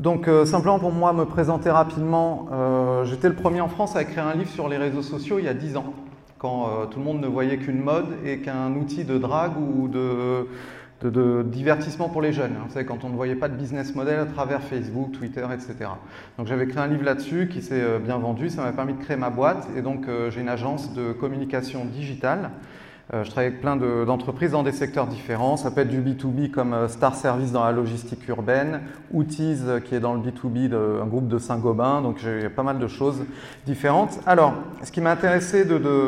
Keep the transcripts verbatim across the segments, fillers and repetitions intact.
Donc euh, simplement pour moi me présenter rapidement, euh, j'étais le premier en France à écrire un livre sur les réseaux sociaux il y a dix ans, quand euh, tout le monde ne voyait qu'une mode et qu'un outil de drague ou de, de, de divertissement pour les jeunes. Vous savez, quand on ne voyait pas de business model à travers Facebook, Twitter, et cetera. Donc j'avais écrit un livre là-dessus qui s'est euh, bien vendu, ça m'a permis de créer ma boîte et donc euh, j'ai une agence de communication digitale. Euh, je travaille avec plein d'entreprises dans des secteurs différents. Ça peut être du B deux B comme euh, Star Service dans la logistique urbaine, Outis euh, qui est dans le B deux B, de, un groupe de Saint-Gobain. Donc j'ai pas mal de choses différentes. Alors, ce qui m'a intéressé de, de,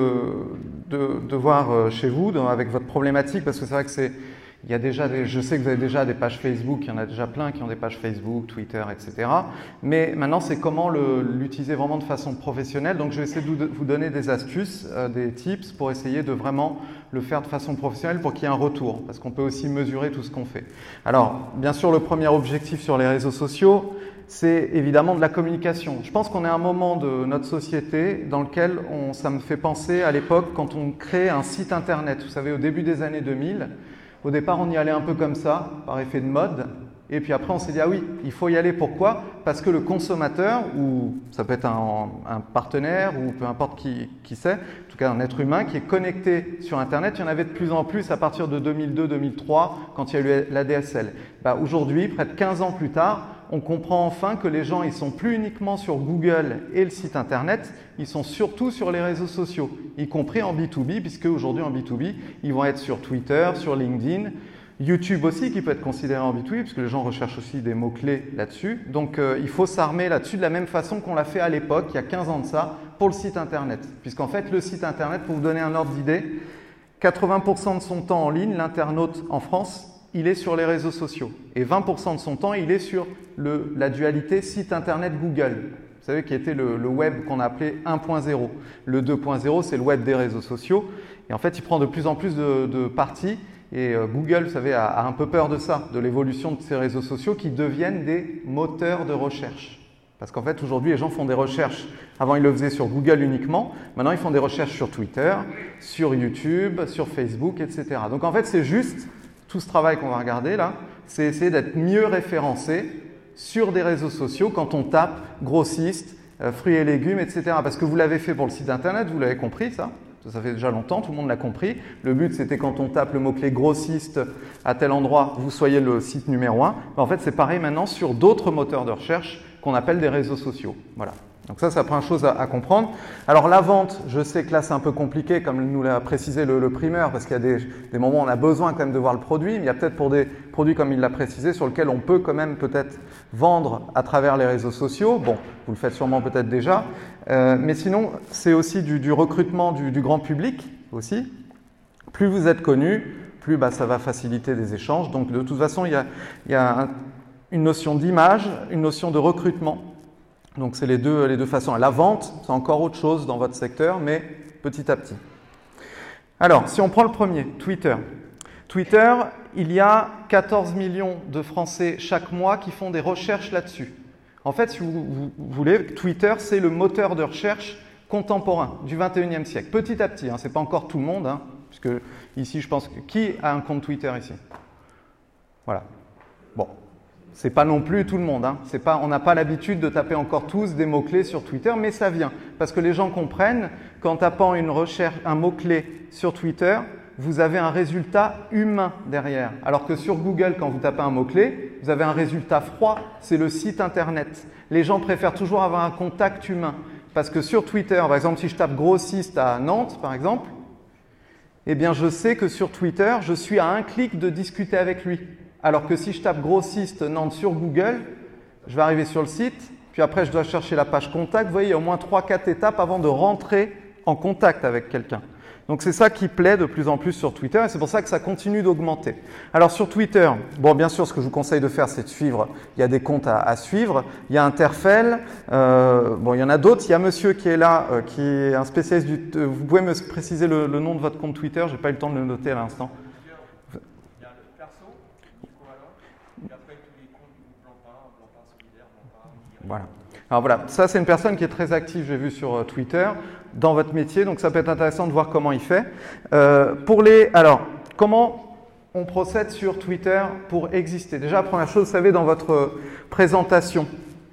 de, de voir euh, chez vous, de, avec votre problématique, parce que c'est vrai que c'est, il y a déjà des, je sais que vous avez déjà des pages Facebook, il y en a déjà plein qui ont des pages Facebook, Twitter, et cetera. Mais maintenant, c'est comment l'utiliser vraiment de façon professionnelle. Donc, je vais essayer de vous donner des astuces, euh, des tips pour essayer de vraiment le faire de façon professionnelle pour qu'il y ait un retour, parce qu'on peut aussi mesurer tout ce qu'on fait. Alors, bien sûr, le premier objectif sur les réseaux sociaux, c'est évidemment de la communication. Je pense qu'on est à un moment de notre société dans lequel on, ça me fait penser à l'époque quand on crée un site internet. Vous savez, au début des années deux mille, au départ, on y allait un peu comme ça, par effet de mode. Et puis après, on s'est dit, ah oui, il faut y aller. Pourquoi? Parce que le consommateur, ou ça peut être un, un partenaire, ou peu importe qui, qui c'est, en tout cas un être humain qui est connecté sur Internet, il y en avait de plus en plus à partir de deux mille deux deux mille trois, quand il y a eu la D S L. Bah, aujourd'hui, près de quinze ans plus tard, on comprend enfin que les gens, ils sont plus uniquement sur Google et le site Internet, ils sont surtout sur les réseaux sociaux, y compris en B deux B, puisque aujourd'hui en B deux B, ils vont être sur Twitter, sur LinkedIn, YouTube aussi, qui peut être considéré en B deux B, parce que les gens recherchent aussi des mots-clés là-dessus. Donc, euh, il faut s'armer là-dessus de la même façon qu'on l'a fait à l'époque, il y a quinze ans de ça, pour le site Internet. Puisqu'en fait, le site Internet, pour vous donner un ordre d'idée, quatre-vingts pour cent de son temps en ligne, l'internaute en France, il est sur les réseaux sociaux. Et vingt pour cent de son temps, il est sur le, la dualité site Internet Google. Vous savez, qui était le, le web qu'on a appelé un point zéro. Le deux point zéro, c'est le web des réseaux sociaux. Et en fait, il prend de plus en plus de, de parties. Et euh, Google, vous savez, a, a un peu peur de ça, de l'évolution de ces réseaux sociaux qui deviennent des moteurs de recherche. Parce qu'en fait, aujourd'hui, les gens font des recherches. Avant, ils le faisaient sur Google uniquement. Maintenant, ils font des recherches sur Twitter, sur YouTube, sur Facebook, et cetera. Donc, en fait, c'est juste tout ce travail qu'on va regarder là, c'est essayer d'être mieux référencé sur des réseaux sociaux quand on tape grossiste, euh, fruits et légumes, et cetera. Parce que vous l'avez fait pour le site Internet, vous l'avez compris ça. Ça fait déjà longtemps, tout le monde l'a compris. Le but, c'était quand on tape le mot-clé grossiste à tel endroit, vous soyez le site numéro un. Mais en fait, c'est pareil maintenant sur d'autres moteurs de recherche qu'on appelle des réseaux sociaux. Voilà. Donc ça, ça prend chose à, à comprendre. Alors la vente, je sais que là, c'est un peu compliqué, comme nous l'a précisé le, le primeur, parce qu'il y a des, des moments où on a besoin quand même de voir le produit, mais il y a peut-être pour des produits, comme il l'a précisé, sur lesquels on peut quand même peut-être vendre à travers les réseaux sociaux. Bon, vous le faites sûrement peut-être déjà. Euh, mais sinon, c'est aussi du, du recrutement du, du grand public aussi. Plus vous êtes connu, plus bah, ça va faciliter des échanges. Donc de toute façon, il y a, il y a un, une notion d'image, une notion de recrutement. Donc c'est les deux, les deux façons. La vente, c'est encore autre chose dans votre secteur, mais petit à petit. Alors, si on prend le premier, Twitter. Twitter, il y a quatorze millions de Français chaque mois qui font des recherches là-dessus. En fait, si vous, vous, vous voulez, Twitter, c'est le moteur de recherche contemporain du vingt et unième siècle. Petit à petit, hein, ce n'est pas encore tout le monde, hein, puisque ici, je pense que… Qui a un compte Twitter ici? Voilà. Bon. Ce n'est pas non plus tout le monde. Hein. C'est pas, on n'a pas l'habitude de taper encore tous des mots-clés sur Twitter, mais ça vient. Parce que les gens comprennent qu'en tapant une recherche, un mot-clé sur Twitter, vous avez un résultat humain derrière. Alors que sur Google, quand vous tapez un mot-clé, vous avez un résultat froid, c'est le site Internet. Les gens préfèrent toujours avoir un contact humain. Parce que sur Twitter, par exemple, si je tape grossiste à Nantes, par exemple, eh bien, je sais que sur Twitter, je suis à un clic de discuter avec lui. Alors que si je tape grossiste Nantes sur Google, je vais arriver sur le site, puis après je dois chercher la page contact. Vous voyez, il y a au moins trois quatre étapes avant de rentrer en contact avec quelqu'un. Donc c'est ça qui plaît de plus en plus sur Twitter et c'est pour ça que ça continue d'augmenter. Alors sur Twitter, bon bien sûr ce que je vous conseille de faire c'est de suivre, il y a des comptes à, à suivre, il y a Interfell, euh, bon il y en a d'autres, il y a monsieur qui est là, euh, qui est un spécialiste du… Euh, vous pouvez me préciser le, le nom de votre compte Twitter, je n'ai pas eu le temps de le noter à l'instant. Voilà. Alors voilà, ça c'est une personne qui est très active, j'ai vu sur Twitter, dans votre métier, donc ça peut être intéressant de voir comment il fait. Euh, pour les, alors, comment on procède sur Twitter pour exister? Déjà, première chose, vous savez, dans votre présentation,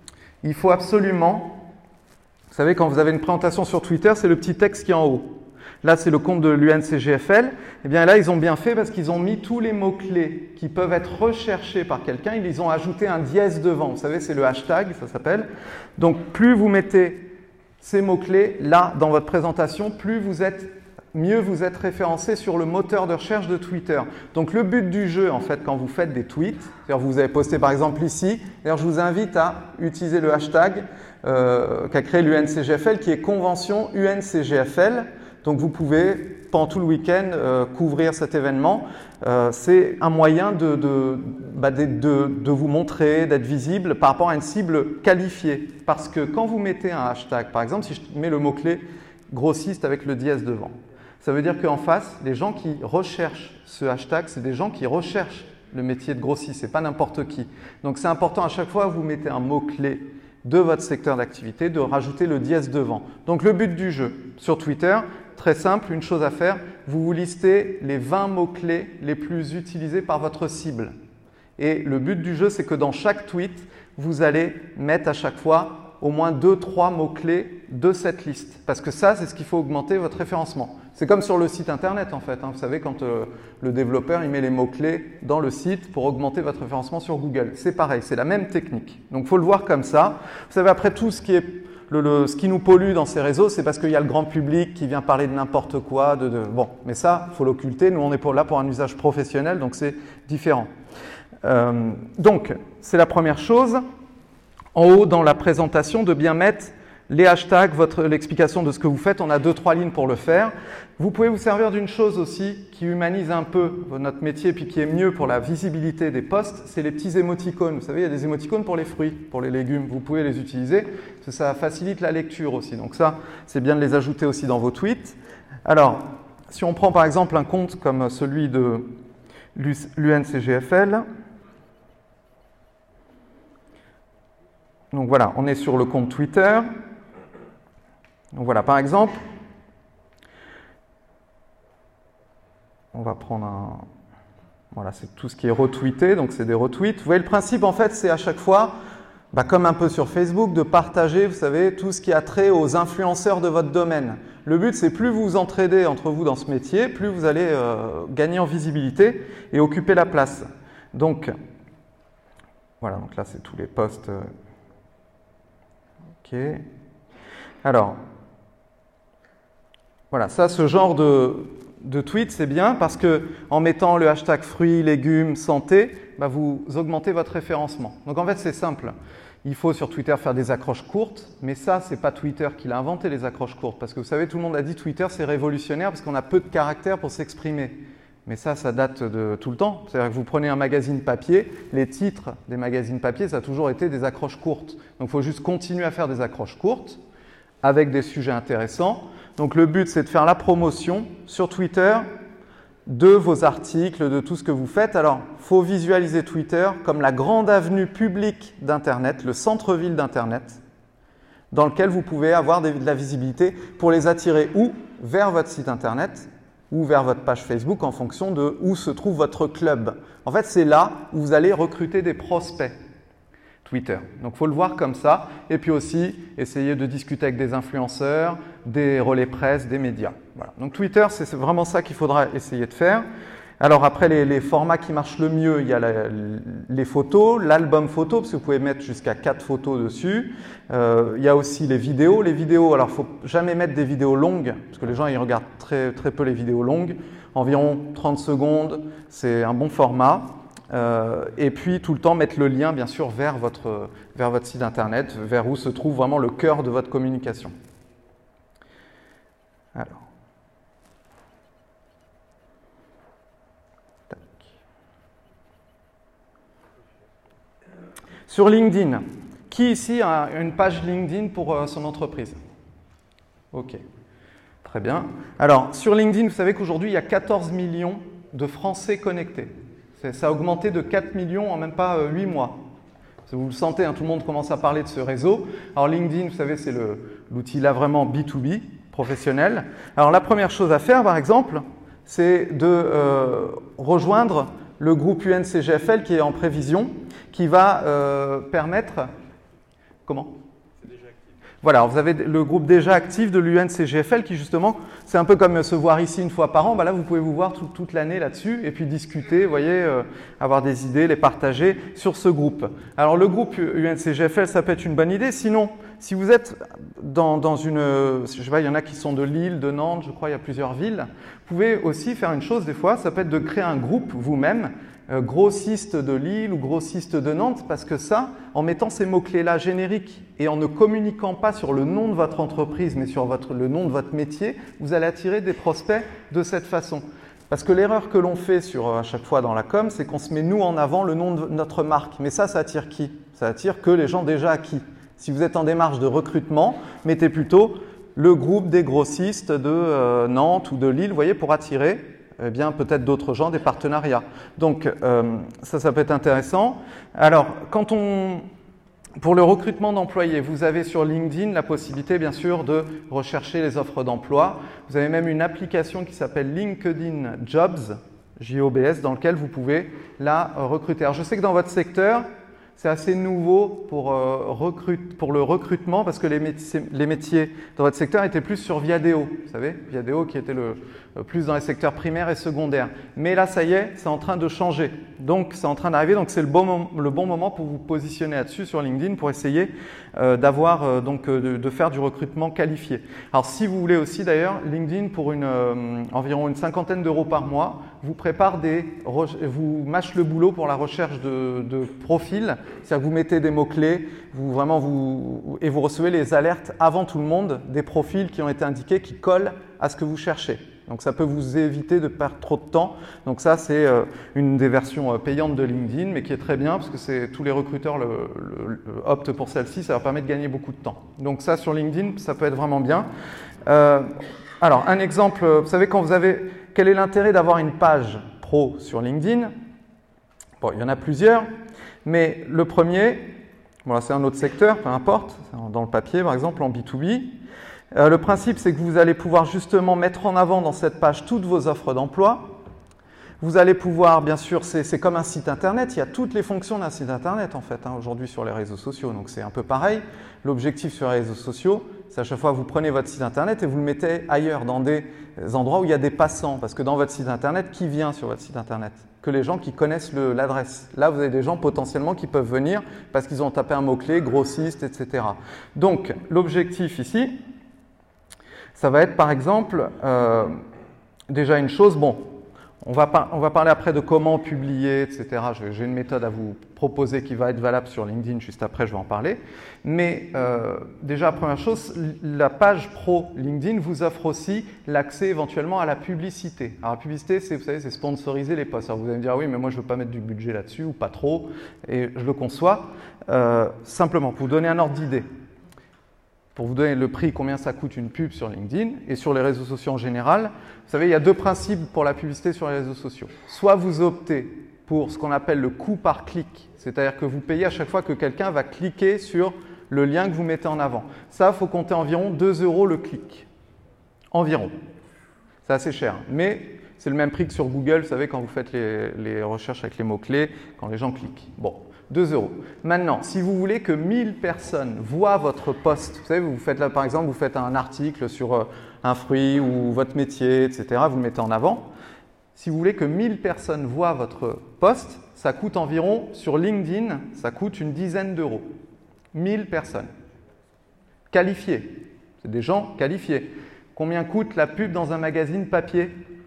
il faut absolument, vous savez, quand vous avez une présentation sur Twitter, c'est le petit texte qui est en haut. Là, c'est le compte de l'U N C G F L. Eh bien là, ils ont bien fait parce qu'ils ont mis tous les mots-clés qui peuvent être recherchés par quelqu'un. Ils ont ajouté un dièse devant. Vous savez, c'est le hashtag, ça s'appelle. Donc, plus vous mettez ces mots-clés là dans votre présentation, plus vous êtes, mieux vous êtes référencé sur le moteur de recherche de Twitter. Donc, le but du jeu, en fait, quand vous faites des tweets, c'est-à-dire vous avez posté par exemple ici, d'ailleurs, je vous invite à utiliser le hashtag euh, qu'a créé l'U N C G F L, qui est convention U N C G F L. Donc vous pouvez, pendant tout le week-end, euh, couvrir cet événement. Euh, c'est un moyen de, de, bah de, de, de vous montrer, d'être visible par rapport à une cible qualifiée. Parce que quand vous mettez un hashtag, par exemple, si je mets le mot-clé grossiste avec le dièse devant, ça veut dire qu'en face, les gens qui recherchent ce hashtag, c'est des gens qui recherchent le métier de grossiste, ce n'est pas n'importe qui. Donc c'est important à chaque fois que vous mettez un mot-clé de votre secteur d'activité, de rajouter le dièse devant. Donc le but du jeu sur Twitter, très simple, une chose à faire, vous vous listez les vingt mots-clés les plus utilisés par votre cible. Et le but du jeu, c'est que dans chaque tweet, vous allez mettre à chaque fois au moins deux trois mots-clés de cette liste. Parce que ça, c'est ce qu'il faut augmenter votre référencement. C'est comme sur le site internet en fait. Hein. Vous savez, quand euh, le développeur il met les mots-clés dans le site pour augmenter votre référencement sur Google. C'est pareil, c'est la même technique. Donc il faut le voir comme ça. Vous savez, après tout ce qui est Le, le, ce qui nous pollue dans ces réseaux, c'est parce qu'il y a le grand public qui vient parler de n'importe quoi. De, de, bon, mais ça, il faut l'occulter. Nous, on est pour, là pour un usage professionnel, donc c'est différent. Euh, donc, c'est la première chose. En haut, dans la présentation, de bien mettre les hashtags, votre, l'explication de ce que vous faites. On a deux, trois lignes pour le faire. Vous pouvez vous servir d'une chose aussi qui humanise un peu notre métier et puis qui est mieux pour la visibilité des posts, c'est les petits émoticônes. Vous savez, il y a des émoticônes pour les fruits, pour les légumes. Vous pouvez les utiliser parce que ça facilite la lecture aussi. Donc ça, c'est bien de les ajouter aussi dans vos tweets. Alors, si on prend par exemple un compte comme celui de l'U N C G F L, donc voilà, on est sur le compte Twitter. Donc voilà, par exemple, on va prendre un... Voilà, c'est tout ce qui est retweeté, donc c'est des retweets. Vous voyez, le principe, en fait, c'est à chaque fois, bah, comme un peu sur Facebook, de partager, vous savez, tout ce qui a trait aux influenceurs de votre domaine. Le but, c'est plus vous vous entraidez entre vous dans ce métier, plus vous allez euh, gagner en visibilité et occuper la place. Donc, voilà, donc là, c'est tous les posts. OK. Alors... Voilà, ça, ce genre de, de tweet, c'est bien parce qu'en mettant le hashtag fruits, légumes, santé, bah, vous augmentez votre référencement. Donc en fait, c'est simple. Il faut sur Twitter faire des accroches courtes, mais ça, ce n'est pas Twitter qui l'a inventé, les accroches courtes. Parce que vous savez, tout le monde a dit Twitter, c'est révolutionnaire parce qu'on a peu de caractères pour s'exprimer. Mais ça, ça date de tout le temps. C'est-à-dire que vous prenez un magazine papier, les titres des magazines papier, ça a toujours été des accroches courtes. Donc il faut juste continuer à faire des accroches courtes avec des sujets intéressants. Donc le but, c'est de faire la promotion sur Twitter de vos articles, de tout ce que vous faites. Alors, il faut visualiser Twitter comme la grande avenue publique d'Internet, le centre-ville d'Internet, dans lequel vous pouvez avoir de la visibilité pour les attirer ou vers votre site Internet ou vers votre page Facebook en fonction de où se trouve votre club. En fait, c'est là où vous allez recruter des prospects. Twitter. Donc, il faut le voir comme ça. Et puis aussi, essayer de discuter avec des influenceurs, des relais presse, des médias. Voilà. Donc, Twitter, c'est vraiment ça qu'il faudra essayer de faire. Alors, après, les, les formats qui marchent le mieux, il y a la, les photos, l'album photo, parce que vous pouvez mettre jusqu'à quatre photos dessus. Euh, il y a aussi les vidéos. Les vidéos, alors, il ne faut jamais mettre des vidéos longues, parce que les gens, ils regardent très, très peu les vidéos longues. Environ trente secondes, c'est un bon format. Euh, et puis tout le temps mettre le lien bien sûr vers votre, vers votre site internet, vers où se trouve vraiment le cœur de votre communication. Alors. Tac. Sur LinkedIn, qui ici a une page LinkedIn pour euh, son entreprise? Ok, très bien. Alors sur LinkedIn, vous savez qu'aujourd'hui il y a quatorze millions de Français connectés. Ça a augmenté de quatre millions en même pas huit mois. Vous le sentez, hein, tout le monde commence à parler de ce réseau. Alors LinkedIn, vous savez, c'est l'outil là vraiment B deux B, professionnel. Alors la première chose à faire, par exemple, c'est de euh, rejoindre le groupe U N C G F L qui est en prévision, qui va euh, permettre… Comment ? Voilà, vous avez le groupe déjà actif de l'U N C G F L qui justement, c'est un peu comme se voir ici une fois par an, bah là vous pouvez vous voir tout, toute l'année là-dessus et puis discuter, vous voyez, euh, avoir des idées, les partager sur ce groupe. Alors le groupe U N C G F L, ça peut être une bonne idée, sinon, si vous êtes dans, dans une, je sais pas, il y en a qui sont de Lille, de Nantes, je crois, il y a plusieurs villes, vous pouvez aussi faire une chose des fois, ça peut être de créer un groupe vous-même, Euh, grossiste de Lille ou grossiste de Nantes, parce que ça, en mettant ces mots-clés-là génériques et en ne communiquant pas sur le nom de votre entreprise, mais sur votre, le nom de votre métier, vous allez attirer des prospects de cette façon. Parce que l'erreur que l'on fait sur, à chaque fois dans la com, c'est qu'on se met nous en avant le nom de notre marque. Mais ça, ça attire qui? Ça attire que les gens déjà acquis. Si vous êtes en démarche de recrutement, mettez plutôt le groupe des grossistes de euh, Nantes ou de Lille, vous voyez, pour attirer eh bien peut-être d'autres gens, des partenariats. Donc euh, ça, ça peut être intéressant. Alors, quand on, pour le recrutement d'employés, vous avez sur LinkedIn la possibilité, bien sûr, de rechercher les offres d'emploi. Vous avez même une application qui s'appelle LinkedIn Jobs, J O B S, dans lequel vous pouvez là recruter. Alors, je sais que dans votre secteur, c'est assez nouveau pour, euh, recrute, pour le recrutement parce que les métiers, les métiers dans votre secteur étaient plus sur Viadeo, vous savez, Viadeo qui était le, le plus dans les secteurs primaires et secondaires. Mais là, ça y est, c'est en train de changer. Donc, c'est en train d'arriver. Donc, c'est le, bon le bon moment pour vous positionner là-dessus sur LinkedIn pour essayer euh, d'avoir euh, donc euh, de, de faire du recrutement qualifié. Alors, si vous voulez aussi, d'ailleurs, LinkedIn pour une, euh, environ une cinquantaine d'euros par mois vous prépare des, vous mâche le boulot pour la recherche de, de profils. C'est-à-dire que vous mettez des mots-clés, vous, vraiment vous, et vous recevez les alertes avant tout le monde des profils qui ont été indiqués, qui collent à ce que vous cherchez. Donc ça peut vous éviter de perdre trop de temps. Donc ça, c'est euh, une des versions euh, payantes de LinkedIn, mais qui est très bien parce que c'est, tous les recruteurs le, le, le optent pour celle-ci, ça leur permet de gagner beaucoup de temps. Donc ça, sur LinkedIn, ça peut être vraiment bien. Euh, alors, un exemple, vous savez, quand vous avez… Quel est l'intérêt d'avoir une page pro sur LinkedIn? Bon, il y en a plusieurs. Mais le premier, voilà, c'est un autre secteur, peu importe, dans le papier par exemple, en B deux B. Euh, le principe, c'est que vous allez pouvoir justement mettre en avant dans cette page toutes vos offres d'emploi. Vous allez pouvoir, bien sûr, c'est comme un site internet, il y a toutes les fonctions d'un site internet en fait, hein, aujourd'hui sur les réseaux sociaux, donc c'est un peu pareil. L'objectif sur les réseaux sociaux, c'est à chaque fois que vous prenez votre site internet et vous le mettez ailleurs, dans des endroits où il y a des passants, parce que dans votre site internet, qui vient sur votre site internet? Que les gens qui connaissent l'adresse. Là, vous avez des gens potentiellement qui peuvent venir parce qu'ils ont tapé un mot-clé, grossiste, et cetera. Donc, l'objectif ici, ça va être par exemple, euh, déjà une chose, bon, on va, par, on va parler après de comment publier, et cetera. J'ai une méthode à vous proposer qui va être valable sur LinkedIn, juste après je vais en parler. Mais euh, déjà, première chose, la page pro LinkedIn vous offre aussi l'accès éventuellement à la publicité. Alors la publicité, c'est, vous savez, c'est sponsoriser les posts. Alors vous allez me dire, oui, mais moi je ne veux pas mettre du budget là-dessus, ou pas trop, et je le conçois. Euh, simplement, pour vous donner un ordre d'idée. Pour vous donner le prix, combien ça coûte une pub sur LinkedIn et sur les réseaux sociaux en général. Vous savez, il y a deux principes pour la publicité sur les réseaux sociaux. Soit vous optez pour ce qu'on appelle le coût par clic, c'est-à-dire que vous payez à chaque fois que quelqu'un va cliquer sur le lien que vous mettez en avant. Ça, il faut compter environ deux euros le clic. Environ. C'est assez cher, mais c'est le même prix que sur Google, vous savez, quand vous faites les, les recherches avec les mots-clés, quand les gens cliquent. Bon. deux euros. Maintenant, si vous voulez que mille personnes voient votre post, vous savez, vous faites là, par exemple, vous faites un article sur euh, un fruit ou votre métier, et cetera, vous le mettez en avant. Si vous voulez que mille personnes voient votre post, ça coûte environ, sur LinkedIn, ça coûte une dizaine d'euros. mille personnes. Qualifiées. C'est des gens qualifiés. Combien coûte la pub dans un magazine papier ?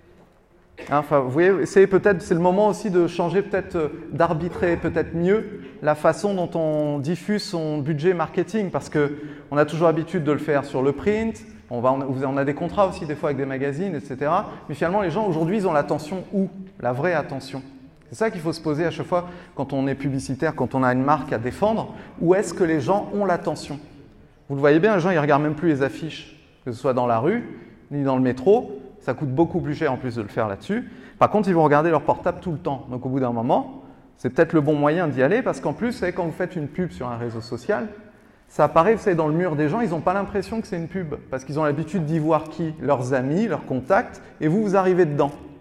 Enfin, vous voyez, essayez peut-être, c'est le moment aussi de changer, peut-être d'arbitrer peut-être mieux la façon dont on diffuse son budget marketing, parce qu'on a toujours l'habitude de le faire sur le print, on, va, on a des contrats aussi des fois avec des magazines, et cetera. Mais finalement, les gens aujourd'hui, ils ont l'attention où? La vraie attention. C'est ça qu'il faut se poser à chaque fois quand on est publicitaire, quand on a une marque à défendre. Où est-ce que les gens ont l'attention? Vous le voyez bien, les gens, ils ne regardent même plus les affiches, que ce soit dans la rue, ni dans le métro. Ça coûte beaucoup plus cher en plus de le faire là-dessus. Par contre, ils vont regarder leur portable tout le temps. Donc au bout d'un moment, c'est peut-être le bon moyen d'y aller parce qu'en plus, vous savez, quand vous faites une pub sur un réseau social, ça apparaît, vous savez, dans le mur des gens, ils n'ont pas l'impression que c'est une pub parce qu'ils ont l'habitude d'y voir qui? Leurs amis, leurs contacts, et vous, vous arrivez dedans.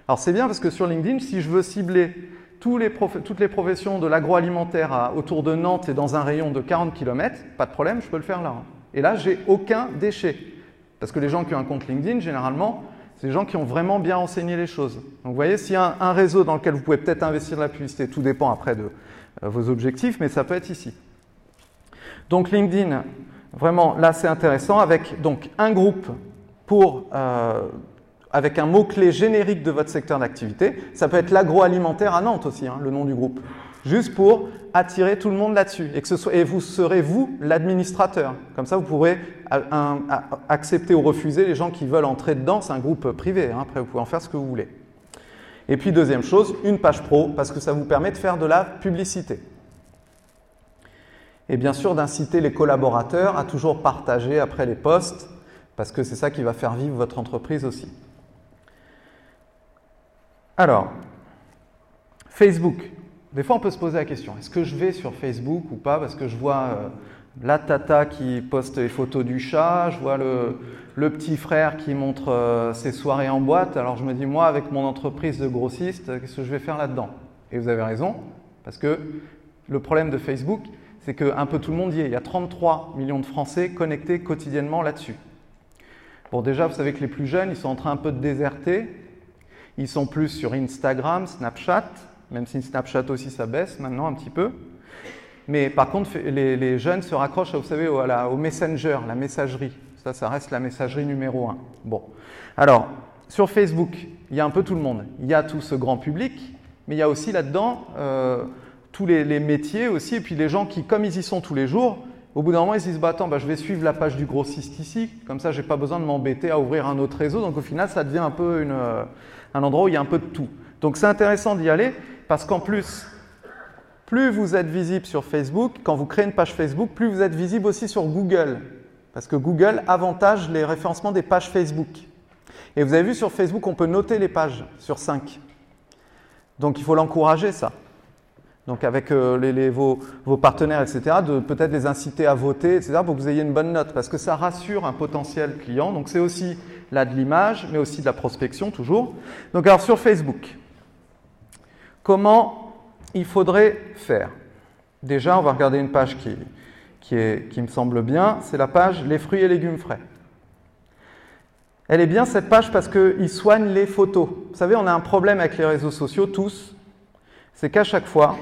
Alors c'est bien parce que sur LinkedIn, si je veux cibler tous les toutes les professions de l'agroalimentaire autour de Nantes et dans un rayon de quarante kilomètres, pas de problème, je peux le faire là. Et là, j'ai aucun déchet. Parce que les gens qui ont un compte LinkedIn, généralement, c'est des gens qui ont vraiment bien renseigné les choses. Donc vous voyez, s'il y a un, un réseau dans lequel vous pouvez peut-être investir de la publicité, tout dépend après de euh, vos objectifs, mais ça peut être ici. Donc LinkedIn, vraiment, là c'est intéressant, avec donc un groupe pour, euh, avec un mot-clé générique de votre secteur d'activité. Ça peut être l'agroalimentaire à Nantes aussi, hein, le nom du groupe. Juste pour attirer tout le monde là-dessus. Et, que ce soit, et vous serez, vous, l'administrateur. Comme ça, vous pourrez un, un, accepter ou refuser les gens qui veulent entrer dedans. C'est un groupe privé. Hein, après, vous pouvez en faire ce que vous voulez. Et puis, deuxième chose, une page pro, parce que ça vous permet de faire de la publicité. Et bien sûr, d'inciter les collaborateurs à toujours partager après les posts, parce que c'est ça qui va faire vivre votre entreprise aussi. Alors, Facebook. Des fois, on peut se poser la question, est-ce que je vais sur Facebook ou pas? Parce que je vois euh, la tata qui poste les photos du chat, je vois le, le petit frère qui montre euh, ses soirées en boîte. Alors je me dis, moi, avec mon entreprise de grossiste, qu'est-ce que je vais faire là-dedans? Et vous avez raison, parce que le problème de Facebook, c'est qu'un peu tout le monde y est. Il y a trente-trois millions de Français connectés quotidiennement là-dessus. Bon, déjà, vous savez que les plus jeunes, ils sont en train un peu de déserter. Ils sont plus sur Instagram, Snapchat, même si Snapchat aussi ça baisse maintenant un petit peu. Mais par contre, les, les jeunes se raccrochent, vous savez, au, la, au Messenger, la messagerie. Ça, ça reste la messagerie numéro un. Bon. Alors, sur Facebook, il y a un peu tout le monde. Il y a tout ce grand public, mais il y a aussi là-dedans euh, tous les, les métiers aussi, et puis les gens qui, comme ils y sont tous les jours, au bout d'un moment, ils se disent bah, « Attends, bah, je vais suivre la page du grossiste ici, comme ça, je n'ai pas besoin de m'embêter à ouvrir un autre réseau. » Donc au final, ça devient un peu une, euh, un endroit où il y a un peu de tout. Donc c'est intéressant d'y aller, parce qu'en plus, plus vous êtes visible sur Facebook, quand vous créez une page Facebook, plus vous êtes visible aussi sur Google. Parce que Google avantage les référencements des pages Facebook. Et vous avez vu sur Facebook, on peut noter les pages sur cinq. Donc il faut l'encourager, ça. Donc avec euh, les, les, vos, vos partenaires, et cetera, de peut-être les inciter à voter, et cetera, pour que vous ayez une bonne note. Parce que ça rassure un potentiel client. Donc c'est aussi là de l'image, mais aussi de la prospection, toujours. Donc alors sur Facebook, comment il faudrait faire? Déjà, on va regarder une page qui, qui, est, qui me semble bien. C'est la page « Les fruits et légumes frais ». Elle est bien cette page parce qu'il soigne les photos. Vous savez, on a un problème avec les réseaux sociaux, tous. C'est qu'à chaque fois,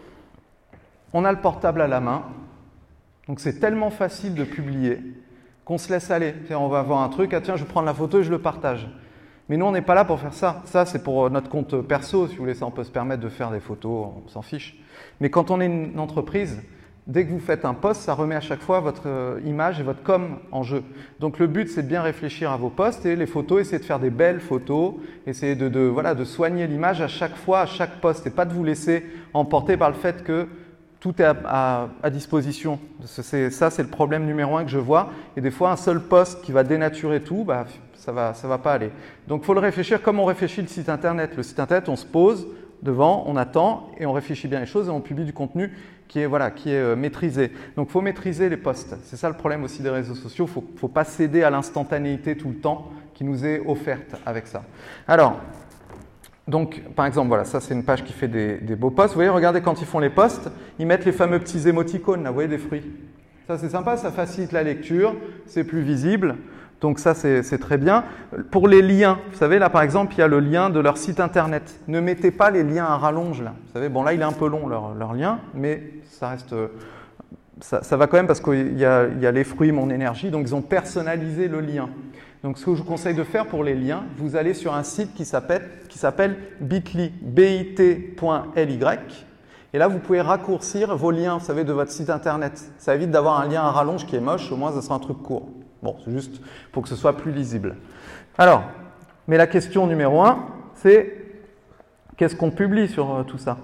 on a le portable à la main. Donc c'est tellement facile de publier qu'on se laisse aller. On va voir un truc, ah tiens, je vais prendre la photo et je le partage. Mais nous, on n'est pas là pour faire ça. Ça, c'est pour notre compte perso. Si vous voulez, ça, on peut se permettre de faire des photos, on s'en fiche. Mais quand on est une entreprise, dès que vous faites un post, ça remet à chaque fois votre image et votre com en jeu. Donc le but, c'est de bien réfléchir à vos posts et les photos, essayer de faire des belles photos, essayer de, de, voilà, de soigner l'image à chaque fois, à chaque post, et pas de vous laisser emporter par le fait que tout est à, à, à disposition. C'est, ça, c'est le problème numéro un que je vois. Et des fois, un seul post qui va dénaturer tout, bah, ça ne va, ça va pas aller. Donc il faut le réfléchir comme on réfléchit le site internet. Le site internet, on se pose devant, on attend et on réfléchit bien les choses et on publie du contenu qui est, voilà, qui est euh, maîtrisé. Donc il faut maîtriser les posts. C'est ça le problème aussi des réseaux sociaux. Il ne faut pas céder à l'instantanéité tout le temps qui nous est offerte avec ça. Alors, donc, par exemple, voilà, ça c'est une page qui fait des, des beaux posts. Vous voyez, regardez quand ils font les posts, ils mettent les fameux petits émoticônes, là, vous voyez, des fruits. Ça c'est sympa, ça facilite la lecture, c'est plus visible. Donc ça, c'est très bien. Pour les liens, vous savez, là, par exemple, il y a le lien de leur site internet. Ne mettez pas les liens à rallonge, là. Vous savez, bon, là, il est un peu long, leur, leur lien, mais ça reste... Ça, ça va quand même parce qu'il y a, il y a les fruits, mon énergie, donc ils ont personnalisé le lien. Donc, ce que je vous conseille de faire pour les liens, vous allez sur un site qui s'appelle bit.ly, bit.ly. Et là, vous pouvez raccourcir vos liens, vous savez, de votre site internet. Ça évite d'avoir un lien à rallonge qui est moche, au moins, ça sera un truc court. Bon, c'est juste pour que ce soit plus lisible. Alors, mais la question numéro un, c'est qu'est-ce qu'on publie sur euh, tout ça?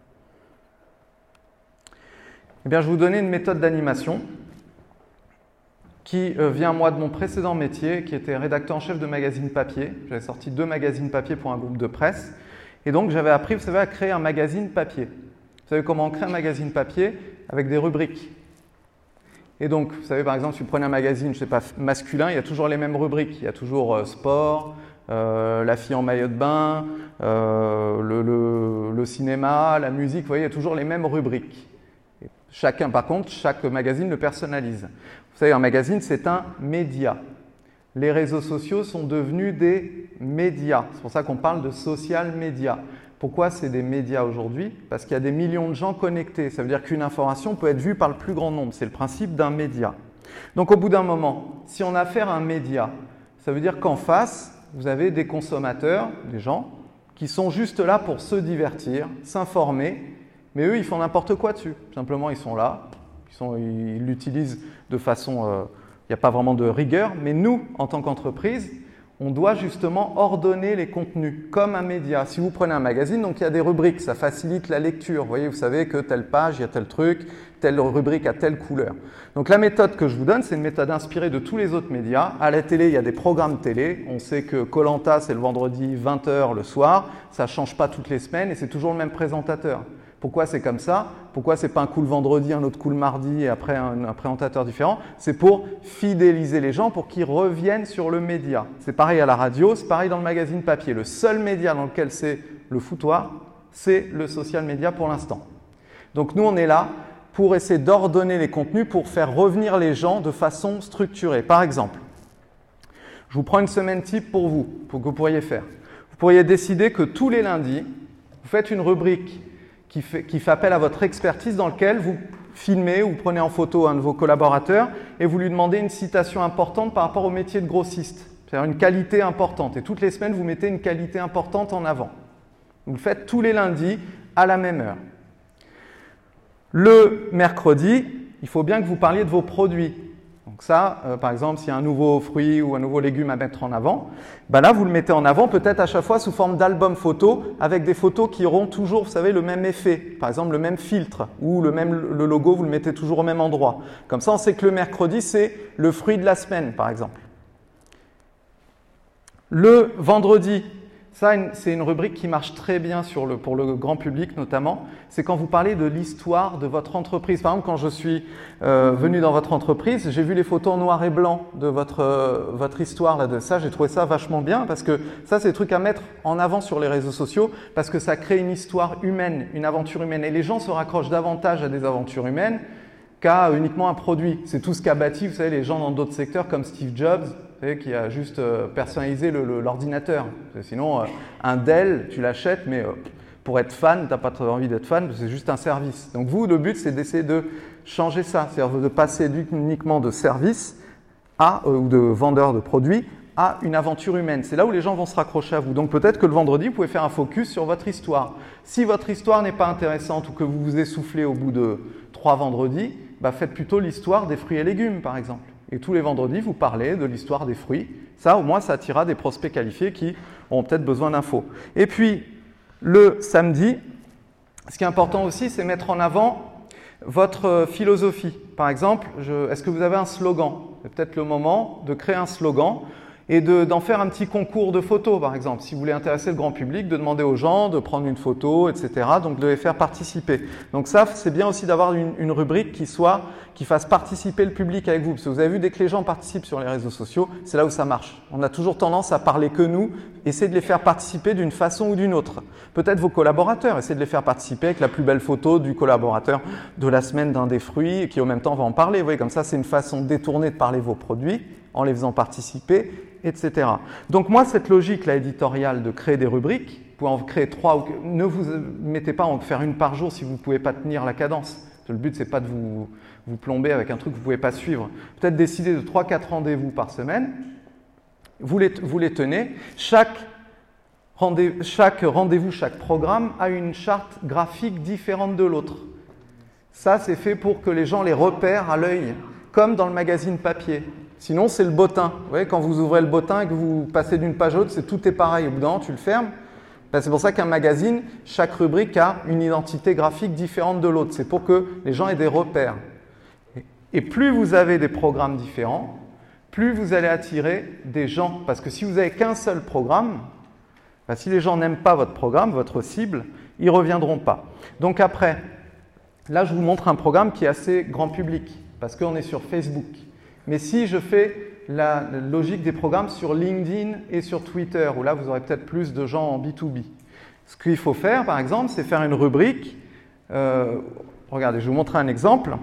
Eh bien, je vais vous donner une méthode d'animation qui euh, vient, moi, de mon précédent métier, qui était rédacteur en chef de magazine papier. J'avais sorti deux magazines papier pour un groupe de presse. Et donc, j'avais appris, vous savez, à créer un magazine papier. Vous savez comment on crée un magazine papier? Avec des rubriques. Et donc, vous savez, par exemple, si vous prenez un magazine, je ne sais pas, masculin, il y a toujours les mêmes rubriques. Il y a toujours euh, sport, euh, la fille en maillot de bain, euh, le, le, le cinéma, la musique, vous voyez, il y a toujours les mêmes rubriques. Et chacun, par contre, chaque magazine le personnalise. Vous savez, un magazine, c'est un média. Les réseaux sociaux sont devenus des médias. C'est pour ça qu'on parle de social media. Pourquoi c'est des médias aujourd'hui? Parce qu'il y a des millions de gens connectés. Ça veut dire qu'une information peut être vue par le plus grand nombre. C'est le principe d'un média. Donc au bout d'un moment, si on a affaire à un média, ça veut dire qu'en face, vous avez des consommateurs, des gens, qui sont juste là pour se divertir, s'informer, mais eux, ils font n'importe quoi dessus. Simplement, ils sont là, ils sont, ils l'utilisent de façon... Euh, il n'y a pas vraiment de rigueur, mais nous, en tant qu'entreprise, on doit justement ordonner les contenus comme un média. Si vous prenez un magazine, donc il y a des rubriques, ça facilite la lecture. Vous voyez, vous savez que telle page, il y a tel truc, telle rubrique a telle couleur. Donc la méthode que je vous donne, c'est une méthode inspirée de tous les autres médias. À la télé, il y a des programmes télé. On sait que koh lanta, c'est le vendredi vingt heures le soir. Ça ne change pas toutes les semaines et c'est toujours le même présentateur. Pourquoi c'est comme ça? Pourquoi c'est pas un coup le vendredi, un autre coup le mardi et après un, un présentateur différent? C'est pour fidéliser les gens, pour qu'ils reviennent sur le média. C'est pareil à la radio, c'est pareil dans le magazine papier. Le seul média dans lequel c'est le foutoir, c'est le social media pour l'instant. Donc nous, on est là pour essayer d'ordonner les contenus, pour faire revenir les gens de façon structurée. Par exemple, je vous prends une semaine type pour vous, pour que vous pourriez faire. Vous pourriez décider que tous les lundis, vous faites une rubrique Qui fait, qui fait appel à votre expertise dans lequel vous filmez ou vous prenez en photo un de vos collaborateurs et vous lui demandez une citation importante par rapport au métier de grossiste, c'est-à-dire une qualité importante. Et toutes les semaines, vous mettez une qualité importante en avant. Vous le faites tous les lundis à la même heure. Le mercredi, il faut bien que vous parliez de vos produits. Donc ça, euh, par exemple, s'il y a un nouveau fruit ou un nouveau légume à mettre en avant, ben là, vous le mettez en avant peut-être à chaque fois sous forme d'album photo avec des photos qui auront toujours, vous savez, le même effet. Par exemple, le même filtre ou le, même, le logo, vous le mettez toujours au même endroit. Comme ça, on sait que le mercredi, c'est le fruit de la semaine, par exemple. Le vendredi, ça, c'est une rubrique qui marche très bien sur le, pour le grand public notamment. C'est quand vous parlez de l'histoire de votre entreprise. Par exemple, quand je suis euh, venu dans votre entreprise, j'ai vu les photos en noir et blanc de votre, euh, votre histoire là, de ça. J'ai trouvé ça vachement bien parce que ça, c'est des trucs à mettre en avant sur les réseaux sociaux parce que ça crée une histoire humaine, une aventure humaine. Et les gens se raccrochent davantage à des aventures humaines qu'à uniquement un produit. C'est tout ce qu'a bâti, vous savez, les gens dans d'autres secteurs comme Steve Jobs, vous savez, qui a juste euh, personnalisé l'ordinateur. Sinon, euh, un Dell, tu l'achètes, mais euh, pour être fan, tu n'as pas trop envie d'être fan, c'est juste un service. Donc vous, le but, c'est d'essayer de changer ça, c'est-à-dire de passer uniquement de service à, euh, ou de vendeur de produits à une aventure humaine. C'est là où les gens vont se raccrocher à vous. Donc peut-être que le vendredi, vous pouvez faire un focus sur votre histoire. Si votre histoire n'est pas intéressante ou que vous vous essoufflez au bout de trois vendredis, bah faites plutôt l'histoire des fruits et légumes, par exemple. Et tous les vendredis, vous parlez de l'histoire des fruits. Ça, au moins, ça attirera des prospects qualifiés qui auront peut-être besoin d'infos. Et puis, le samedi, ce qui est important aussi, c'est mettre en avant votre philosophie. Par exemple, est-ce que vous avez un slogan? C'est peut-être le moment de créer un slogan et d'en faire un petit concours de photos, par exemple. Si vous voulez intéresser le grand public, de demander aux gens de prendre une photo, et cetera. Donc, de les faire participer. Donc ça, c'est bien aussi d'avoir une, une rubrique qui soit, qui fasse participer le public avec vous. Parce que vous avez vu, dès que les gens participent sur les réseaux sociaux, c'est là où ça marche. On a toujours tendance à parler que nous, essayer de les faire participer d'une façon ou d'une autre. Peut-être vos collaborateurs, essayez de les faire participer avec la plus belle photo du collaborateur de la semaine d'un des fruits et qui, en même temps, va en parler. Vous voyez, comme ça, c'est une façon détournée de parler vos produits en les faisant participer, et cetera. Donc moi, cette logique-là éditoriale de créer des rubriques, vous pouvez en créer trois, ou... ne vous mettez pas à en faire une par jour si vous ne pouvez pas tenir la cadence. Le but, ce n'est pas de vous, vous plomber avec un truc que vous ne pouvez pas suivre. Peut-être décider de trois quatre rendez-vous par semaine, vous les, vous les tenez. Chaque rendez-vous, chaque, rendez-vous, chaque programme a une charte graphique différente de l'autre. Ça, c'est fait pour que les gens les repèrent à l'œil, comme dans le magazine papier. Sinon, c'est le bottin. Vous voyez, quand vous ouvrez le bottin et que vous passez d'une page à l'autre, c'est tout est pareil. Au bout d'un moment, tu le fermes. Ben, c'est pour ça qu'un magazine, chaque rubrique a une identité graphique différente de l'autre. C'est pour que les gens aient des repères. Et plus vous avez des programmes différents, plus vous allez attirer des gens. Parce que si vous n'avez qu'un seul programme, ben, si les gens n'aiment pas votre programme, votre cible, ils ne reviendront pas. Donc après, là, je vous montre un programme qui est assez grand public. parce qu'on est sur Facebook. Mais si je fais la logique des programmes sur LinkedIn et sur Twitter, où là, vous aurez peut-être plus de gens en B deux B. Ce qu'il faut faire, par exemple, c'est faire une rubrique. Euh, regardez, je vais vous montrer un exemple.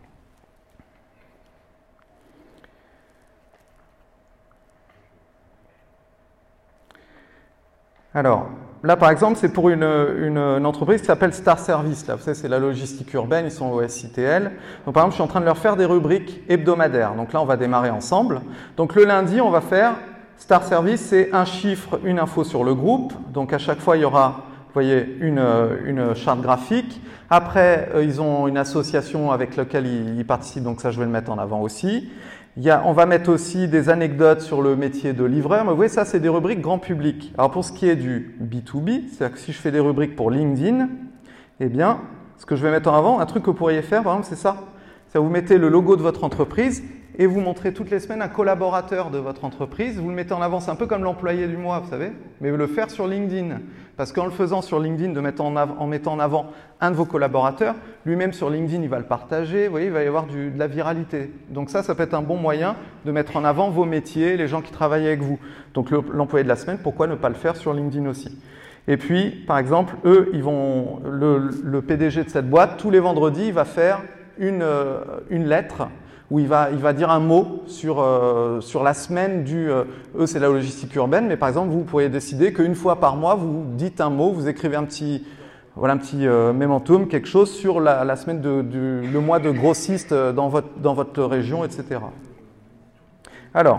Alors, là, par exemple, c'est pour une, une, une entreprise qui s'appelle Star Service. Là, vous savez, c'est la logistique urbaine, ils sont au S I T L. Donc, par exemple, je suis en train de leur faire des rubriques hebdomadaires. Donc là, on va démarrer ensemble. Donc, le lundi, on va faire Star Service, c'est un chiffre, une info sur le groupe. Donc, à chaque fois, il y aura, vous voyez, une, une charte graphique. Après, ils ont une association avec laquelle ils, ils participent. Donc, ça, je vais le mettre en avant aussi. Il y a, on va mettre aussi des anecdotes sur le métier de livreur. Mais vous voyez, ça, c'est des rubriques grand public. Alors, pour ce qui est du B deux B, c'est-à-dire que si je fais des rubriques pour LinkedIn, eh bien, ce que je vais mettre en avant, un truc que vous pourriez faire, par exemple, c'est ça. C'est vous mettez le logo de votre entreprise et vous montrez toutes les semaines un collaborateur de votre entreprise. Vous le mettez en avant, c'est un peu comme l'employé du mois, vous savez, mais le faire sur LinkedIn. Parce qu'en le faisant sur LinkedIn, de mettre en, av- en mettant en avant un de vos collaborateurs, lui-même sur LinkedIn, il va le partager, vous voyez, il va y avoir du, de la viralité. Donc ça, ça peut être un bon moyen de mettre en avant vos métiers, les gens qui travaillent avec vous. Donc le, l'employé de la semaine, pourquoi ne pas le faire sur LinkedIn aussi? Et puis, par exemple, eux, ils vont, le, le P D G de cette boîte, tous les vendredis, il va faire une, euh, une lettre où il va, il va dire un mot sur, euh, sur la semaine du… Euh, eux, c'est la logistique urbaine, mais par exemple, vous pourriez décider qu'une fois par mois, vous dites un mot, vous écrivez un petit, voilà, un petit euh, mémentum, quelque chose sur la, la semaine, de, du, le mois de grossiste dans votre, dans votre région, et cetera. Alors,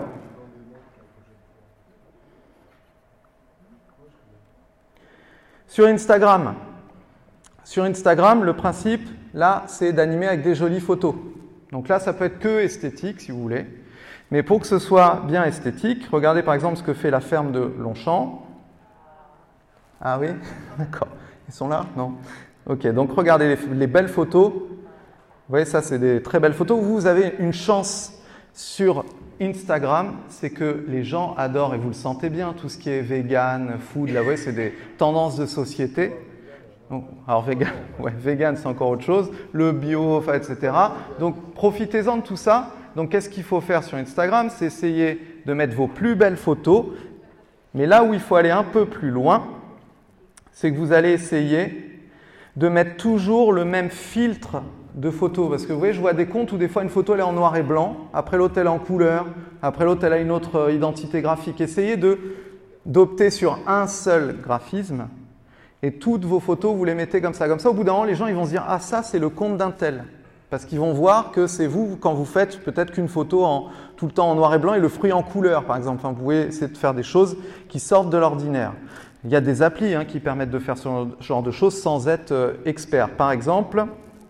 sur Instagram, sur Instagram, le principe, là, c'est d'animer avec des jolies photos. Donc là, ça peut être que esthétique, si vous voulez. Mais pour que ce soit bien esthétique, regardez par exemple ce que fait la ferme de Longchamp. Ah oui? D'accord. Ils sont là? Non? Ok, donc regardez les, les belles photos. Vous voyez, ça, c'est des très belles photos. Vous avez une chance sur Instagram, c'est que les gens adorent, et vous le sentez bien, tout ce qui est vegan, food, là, vous voyez, c'est des tendances de société. Donc, alors vegan, ouais, vegan c'est encore autre chose, le bio, enfin, et cetera. Donc profitez-en de tout ça. Donc qu'est-ce qu'il faut faire sur Instagram? C'est essayer de mettre vos plus belles photos. Mais là où il faut aller un peu plus loin, c'est que vous allez essayer de mettre toujours le même filtre de photos. Parce que vous voyez, je vois des comptes où des fois une photo elle est en noir et blanc, après l'autre elle est en couleur, après l'autre elle a une autre identité graphique. Essayez de, d'opter sur un seul graphisme. Et toutes vos photos, vous les mettez comme ça. Comme ça, au bout d'un moment, les gens ils vont se dire « Ah, ça, c'est le compte d'un tel ». Parce qu'ils vont voir que c'est vous, quand vous faites peut-être qu'une photo en, tout le temps en noir et blanc et le fruit en couleur, par exemple. Enfin, vous pouvez essayer de faire des choses qui sortent de l'ordinaire. Il y a des applis hein, qui permettent de faire ce genre de choses sans être euh, expert. Par exemple,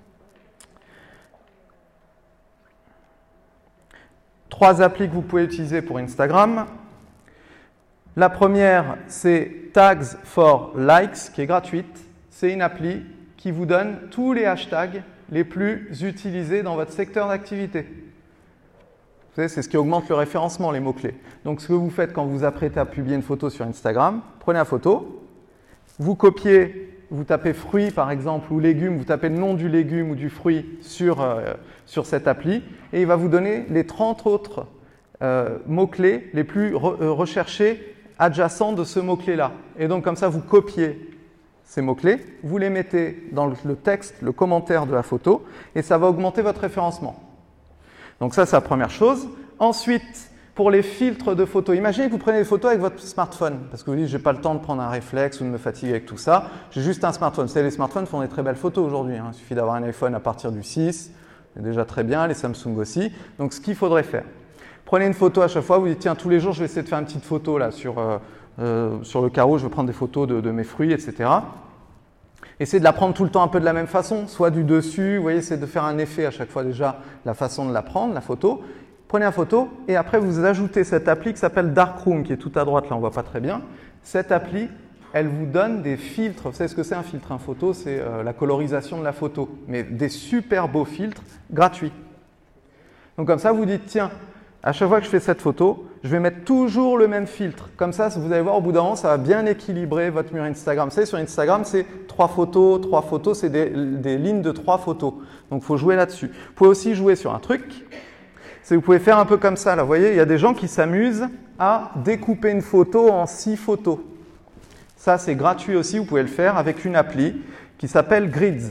trois applis que vous pouvez utiliser pour Instagram. La première, c'est Tags for Likes, qui est gratuite. C'est une appli qui vous donne tous les hashtags les plus utilisés dans votre secteur d'activité. Vous savez, c'est ce qui augmente le référencement, les mots-clés. Donc, ce que vous faites quand vous vous apprêtez à publier une photo sur Instagram, prenez la photo, vous copiez, vous tapez fruits par exemple, ou légumes, vous tapez le nom du légume ou du fruit sur, euh, sur cette appli, et il va vous donner les trente autres euh, mots-clés les plus re recherchés adjacents de ce mot-clé-là. Et donc, comme ça, vous copiez ces mots-clés, vous les mettez dans le texte, le commentaire de la photo, et ça va augmenter votre référencement. Donc ça, c'est la première chose. Ensuite, pour les filtres de photos, imaginez que vous prenez des photos avec votre smartphone, parce que vous dites, j'ai pas le temps de prendre un réflexe ou de me fatiguer avec tout ça, j'ai juste un smartphone. Vous savez, les smartphones font des très belles photos aujourd'hui, hein. Il suffit d'avoir un iPhone à partir du six, c'est déjà très bien, les Samsung aussi. Donc ce qu'il faudrait faire, prenez une photo à chaque fois, vous dites, tiens, tous les jours, je vais essayer de faire une petite photo là sur, euh, euh, sur le carreau, je vais prendre des photos de, de mes fruits, et cetera. Essayez de la prendre tout le temps un peu de la même façon, soit du dessus, vous voyez, essayez de faire un effet à chaque fois déjà, la façon de la prendre, la photo. Prenez la photo et après vous ajoutez cette appli qui s'appelle Darkroom, qui est tout à droite, là on ne voit pas très bien. Cette appli, elle vous donne des filtres. Vous savez ce que c'est un filtre? Un photo, c'est euh, la colorisation de la photo, mais des super beaux filtres gratuits. Donc comme ça, vous dites, tiens, à chaque fois que je fais cette photo, je vais mettre toujours le même filtre. Comme ça, vous allez voir, au bout d'un moment, ça va bien équilibrer votre mur Instagram. Vous savez, sur Instagram, c'est trois photos, trois photos, c'est des, des lignes de trois photos. Donc, il faut jouer là-dessus. Vous pouvez aussi jouer sur un truc. C'est vous pouvez faire un peu comme ça. Là, vous voyez, il y a des gens qui s'amusent à découper une photo en six photos. Ça, c'est gratuit aussi. Vous pouvez le faire avec une appli qui s'appelle Grids.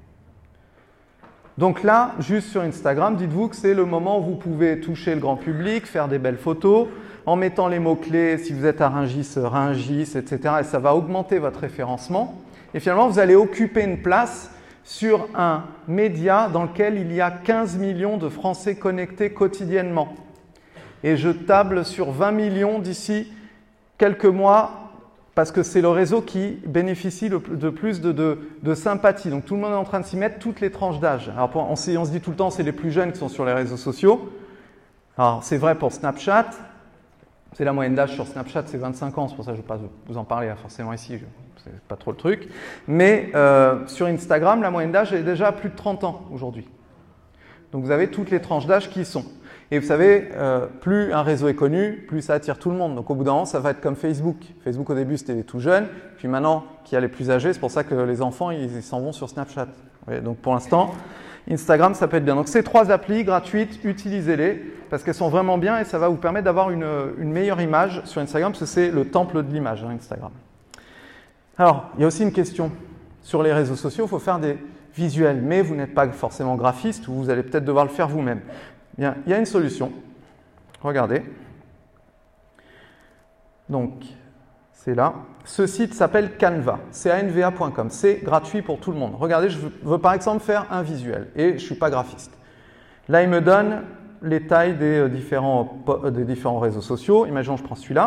Donc là, juste sur Instagram, dites-vous que c'est le moment où vous pouvez toucher le grand public, faire des belles photos, en mettant les mots-clés, si vous êtes à Rungis, Rungis, et cetera. Et ça va augmenter votre référencement. Et finalement, vous allez occuper une place sur un média dans lequel il y a quinze millions de Français connectés quotidiennement. Et je table sur vingt millions d'ici quelques mois, parce que c'est le réseau qui bénéficie de plus de, de, de sympathie. Donc tout le monde est en train de s'y mettre, toutes les tranches d'âge. Alors on, on se dit tout le temps, c'est les plus jeunes qui sont sur les réseaux sociaux. Alors c'est vrai pour Snapchat. C'est la moyenne d'âge sur Snapchat, c'est vingt-cinq ans. C'est pour ça que je ne vais pas vous en parler forcément ici. C'est pas trop le truc. Mais euh, sur Instagram, la moyenne d'âge est déjà à plus de trente ans aujourd'hui. Donc vous avez toutes les tranches d'âge qui y sont. Et vous savez, euh, plus un réseau est connu, plus ça attire tout le monde. Donc au bout d'un moment, ça va être comme Facebook. Facebook au début, c'était les tout jeunes. Puis maintenant, qu'il y a les plus âgés, c'est pour ça que les enfants, ils s'en vont sur Snapchat. Ouais, donc pour l'instant, Instagram, ça peut être bien. Donc ces trois applis gratuites, utilisez-les parce qu'elles sont vraiment bien et ça va vous permettre d'avoir une, une meilleure image sur Instagram parce que c'est le temple de l'image, hein, Instagram. Alors, il y a aussi une question. Sur les réseaux sociaux, il faut faire des visuels, mais vous n'êtes pas forcément graphiste ou vous allez peut-être devoir le faire vous-même. Bien, il y a une solution. Regardez. Donc, c'est là. Ce site s'appelle Canva, C A N V A point com. C'est gratuit pour tout le monde. Regardez, je veux, veux par exemple faire un visuel et je ne suis pas graphiste. Là, il me donne les tailles des, euh, différents, euh, des différents réseaux sociaux. Imaginons, je prends celui-là.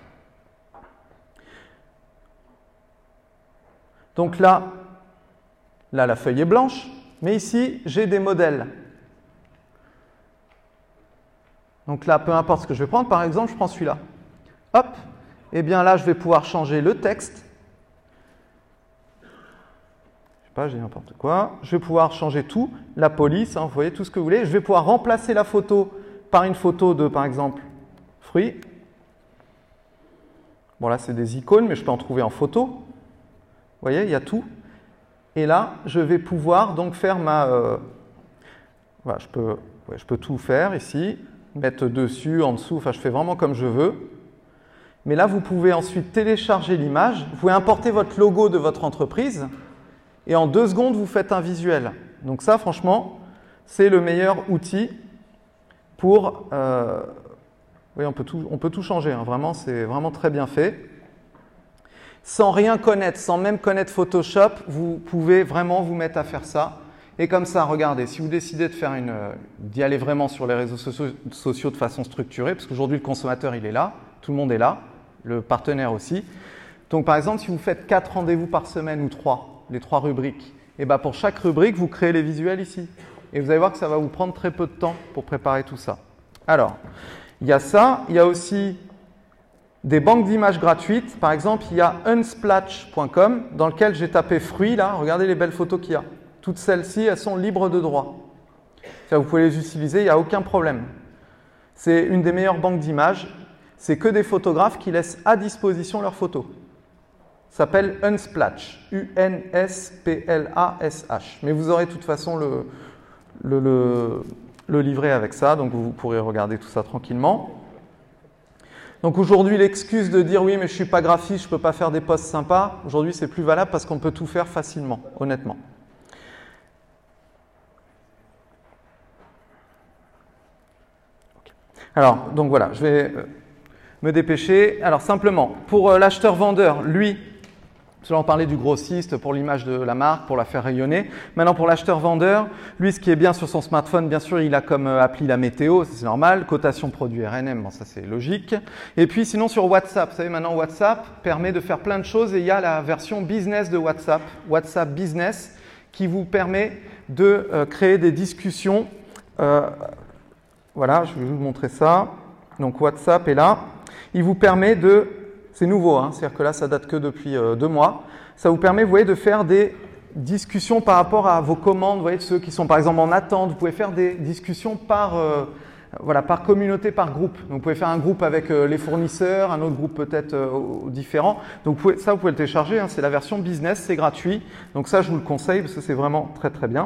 Donc là, là, la feuille est blanche, mais ici, j'ai des modèles. Donc là, peu importe ce que je vais prendre, par exemple, je prends celui-là. Hop, et bien là, je vais pouvoir changer le texte. Je sais pas, j'ai n'importe quoi. Je vais pouvoir changer tout, la police, hein, vous voyez, tout ce que vous voulez. Je vais pouvoir remplacer la photo par une photo de, par exemple, fruits. Bon, là, c'est des icônes, mais je peux en trouver en photo. Vous voyez, il y a tout. Et là, je vais pouvoir donc faire ma... Euh, voilà, je peux, ouais, je peux tout faire ici. Mettre dessus, en dessous, enfin je fais vraiment comme je veux. Mais là, vous pouvez ensuite télécharger l'image, vous pouvez importer votre logo de votre entreprise et en deux secondes, vous faites un visuel. Donc ça, franchement, c'est le meilleur outil pour... Euh, oui, on peut tout, on peut tout changer, hein. Vraiment, c'est vraiment très bien fait. Sans rien connaître, sans même connaître Photoshop, vous pouvez vraiment vous mettre à faire ça. Et comme ça, regardez, si vous décidez de faire une, d'y aller vraiment sur les réseaux sociaux, sociaux de façon structurée, parce qu'aujourd'hui le consommateur il est là, tout le monde est là, le partenaire aussi. Donc par exemple, si vous faites quatre rendez-vous par semaine ou trois, les trois rubriques, et ben pour chaque rubrique, vous créez les visuels ici. Et vous allez voir que ça va vous prendre très peu de temps pour préparer tout ça. Alors, il y a ça, il y a aussi des banques d'images gratuites. Par exemple, il y a unsplash point com dans lequel j'ai tapé fruits là, regardez les belles photos qu'il y a. Toutes celles-ci, elles sont libres de droit. Ça, vous pouvez les utiliser, il n'y a aucun problème. C'est une des meilleures banques d'images. C'est que des photographes qui laissent à disposition leurs photos. Ça s'appelle Unsplash, U N S P L A S H. Mais vous aurez de toute façon le, le, le, le livret avec ça, donc vous pourrez regarder tout ça tranquillement. Donc aujourd'hui, l'excuse de dire « oui, mais je ne suis pas graphiste, je ne peux pas faire des posts sympas », aujourd'hui, c'est plus valable parce qu'on peut tout faire facilement, honnêtement. Alors, donc voilà, je vais me dépêcher. Alors simplement, pour euh, l'acheteur-vendeur, lui, là on parlait du grossiste pour l'image de la marque, pour la faire rayonner. Maintenant pour l'acheteur-vendeur, lui ce qui est bien sur son smartphone, bien sûr, il a comme euh, appli la météo, c'est normal, cotation produit R N M, bon ça c'est logique. Et puis sinon sur WhatsApp, vous savez maintenant WhatsApp permet de faire plein de choses et il y a la version business de WhatsApp, WhatsApp Business, qui vous permet de euh, créer des discussions. Euh, Voilà, je vais vous montrer ça. Donc WhatsApp est là. Il vous permet de, c'est nouveau, hein, c'est-à-dire que là ça date que depuis euh, deux mois. Ça vous permet, vous voyez, de faire des discussions par rapport à vos commandes. Vous voyez, ceux qui sont par exemple en attente, vous pouvez faire des discussions par, euh, voilà, par communauté, par groupe. Donc vous pouvez faire un groupe avec euh, les fournisseurs, un autre groupe peut-être euh, différent. Donc vous pouvez, ça, vous pouvez le télécharger, hein, c'est la version business, c'est gratuit. Donc ça, je vous le conseille parce que c'est vraiment très très bien.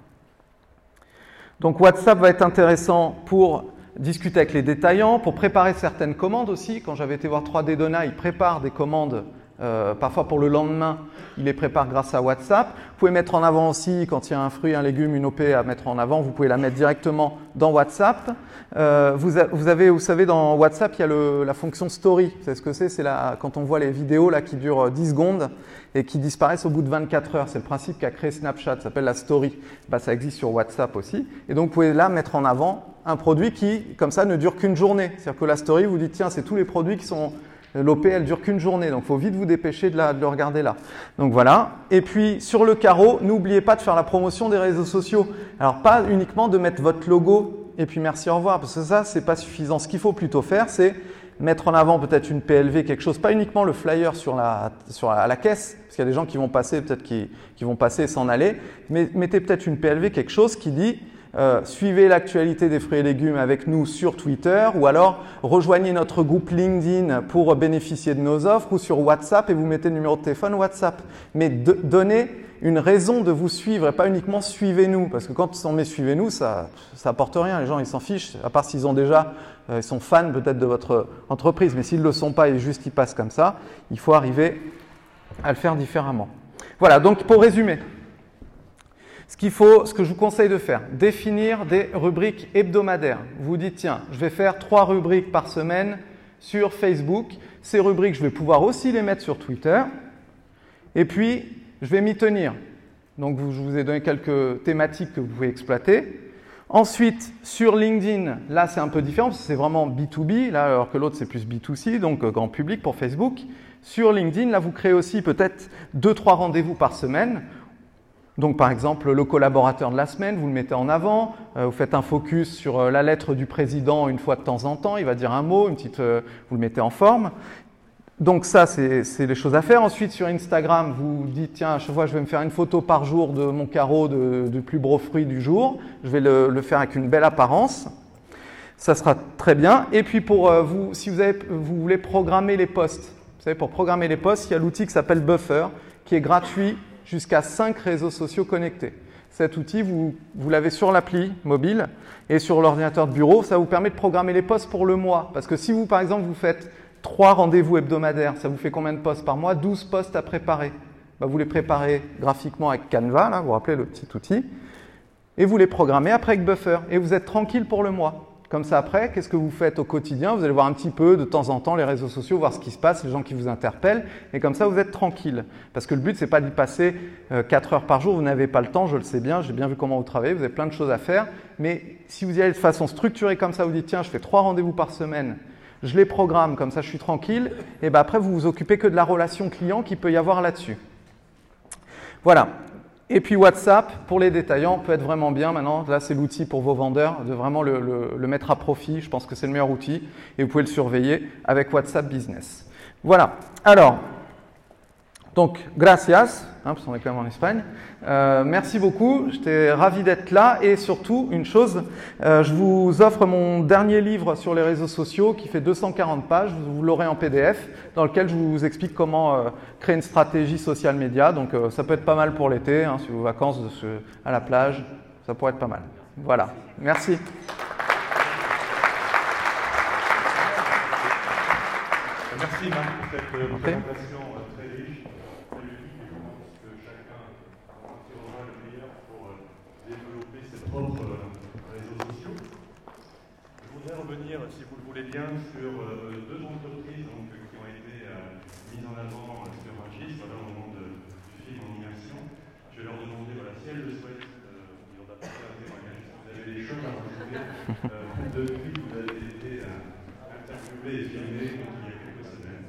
Donc WhatsApp va être intéressant pour discuter avec les détaillants, pour préparer certaines commandes aussi. Quand j'avais été voir trois D Dona, ils préparent des commandes, euh, parfois pour le lendemain, ils les préparent grâce à WhatsApp. Vous pouvez mettre en avant aussi, quand il y a un fruit, un légume, une O P à mettre en avant, vous pouvez la mettre directement dans WhatsApp. Euh, vous, a, vous avez, vous savez, dans WhatsApp, il y a le, la fonction Story. Vous savez ce que c'est? C'est quand on voit les vidéos là, qui durent dix secondes et qui disparaissent au bout de vingt-quatre heures. C'est le principe qu'a créé Snapchat, ça s'appelle la Story. Bah, ça existe sur WhatsApp aussi. Et donc, vous pouvez là mettre en avant un produit qui, comme ça, ne dure qu'une journée. C'est-à-dire que la Story vous dit, tiens, c'est tous les produits qui sont… L'O P, elle dure qu'une journée, donc il faut vite vous dépêcher de, la, de le regarder là. Donc voilà. Et puis, sur le carreau, n'oubliez pas de faire la promotion des réseaux sociaux. Alors, pas uniquement de mettre votre logo et puis merci, au revoir, parce que ça, c'est pas suffisant. Ce qu'il faut plutôt faire, c'est mettre en avant peut-être une P L V, quelque chose, pas uniquement le flyer sur la, sur la, à la caisse, parce qu'il y a des gens qui vont passer, peut-être qui, qui vont passer et s'en aller, mais mettez peut-être une P L V, quelque chose qui dit euh, suivez l'actualité des fruits et légumes avec nous sur Twitter, ou alors rejoignez notre groupe LinkedIn pour bénéficier de nos offres, ou sur WhatsApp et vous mettez le numéro de téléphone WhatsApp. Mais de, donnez une raison de vous suivre et pas uniquement suivez-nous, parce que quand on met suivez-nous, ça ça apporte rien, les gens ils s'en fichent, à part s'ils ont déjà, euh, ils sont fans peut-être de votre entreprise, mais s'ils ne le sont pas et juste ils passent comme ça, il faut arriver à le faire différemment. Voilà, donc pour résumer, ce qu'il faut, ce que je vous conseille de faire, définir des rubriques hebdomadaires. Vous vous dites, tiens, je vais faire trois rubriques par semaine sur Facebook, ces rubriques, je vais pouvoir aussi les mettre sur Twitter, et puis je vais m'y tenir. Donc, je vous ai donné quelques thématiques que vous pouvez exploiter. Ensuite, sur LinkedIn, là, c'est un peu différent parce que c'est vraiment B deux B, là, alors que l'autre, c'est plus B deux C, donc euh, grand public pour Facebook. Sur LinkedIn, là, vous créez aussi peut-être deux, trois rendez-vous par semaine. Donc, par exemple, le collaborateur de la semaine, vous le mettez en avant. Euh, vous faites un focus sur euh, la lettre du président une fois de temps en temps. Il va dire un mot, une petite, euh, vous le mettez en forme. Donc ça, c'est les choses à faire. Ensuite, sur Instagram, vous dites, tiens, à chaque fois, je vais me faire une photo par jour de mon carreau de, du plus beau fruit du jour. Je vais le, le faire avec une belle apparence. Ça sera très bien. Et puis, pour euh, vous, si vous, avez, vous voulez programmer les posts, vous savez, pour programmer les posts, il y a l'outil qui s'appelle Buffer, qui est gratuit jusqu'à cinq réseaux sociaux connectés. Cet outil, vous, vous l'avez sur l'appli mobile et sur l'ordinateur de bureau. Ça vous permet de programmer les posts pour le mois. Parce que si vous, par exemple, vous faites trois rendez-vous hebdomadaires, ça vous fait combien de posts par mois? douze posts à préparer. Ben, vous les préparez graphiquement avec Canva, là, vous vous rappelez le petit outil, et vous les programmez après avec Buffer, et vous êtes tranquille pour le mois. Comme ça, après, qu'est-ce que vous faites au quotidien? Vous allez voir un petit peu de temps en temps les réseaux sociaux, voir ce qui se passe, les gens qui vous interpellent, et comme ça, vous êtes tranquille. Parce que le but, c'est pas d'y passer euh, quatre heures par jour, vous n'avez pas le temps, je le sais bien, j'ai bien vu comment vous travaillez, vous avez plein de choses à faire, mais si vous y allez de façon structurée comme ça, vous dites, tiens, je fais trois rendez-vous par semaine, je les programme, comme ça je suis tranquille, et ben après vous vous occupez que de la relation client qu'il peut y avoir là-dessus. Voilà. Et puis WhatsApp, pour les détaillants, peut être vraiment bien maintenant. Là, c'est l'outil pour vos vendeurs, de vraiment le, le, le mettre à profit. Je pense que c'est le meilleur outil et vous pouvez le surveiller avec WhatsApp Business. Voilà. Alors, donc, gracias, hein, parce qu'on est quand même en Espagne. Euh, merci beaucoup, j'étais ravi d'être là et surtout, une chose, euh, je vous offre mon dernier livre sur les réseaux sociaux qui fait deux cent quarante pages, vous l'aurez en P D F, dans lequel je vous explique comment euh, créer une stratégie social média. Donc, euh, ça peut être pas mal pour l'été, hein, sur vos vacances de ce, à la plage, ça pourrait être pas mal. Voilà, merci. Merci Marc pour cette euh, présentation euh, très riche. Ses propres réseaux sociaux. Je voudrais revenir, si vous le voulez bien, sur euh, deux entreprises donc, qui ont été euh, mises en avant euh, sur un registre au moment de, du film en immersion. Je vais leur demander, voilà, si elles le souhaitent, euh, ils ont apporté un témoignage. Si vous avez des choses à rajouter, euh, depuis que vous avez été euh, interviewé et filmé donc, il y a quelques semaines.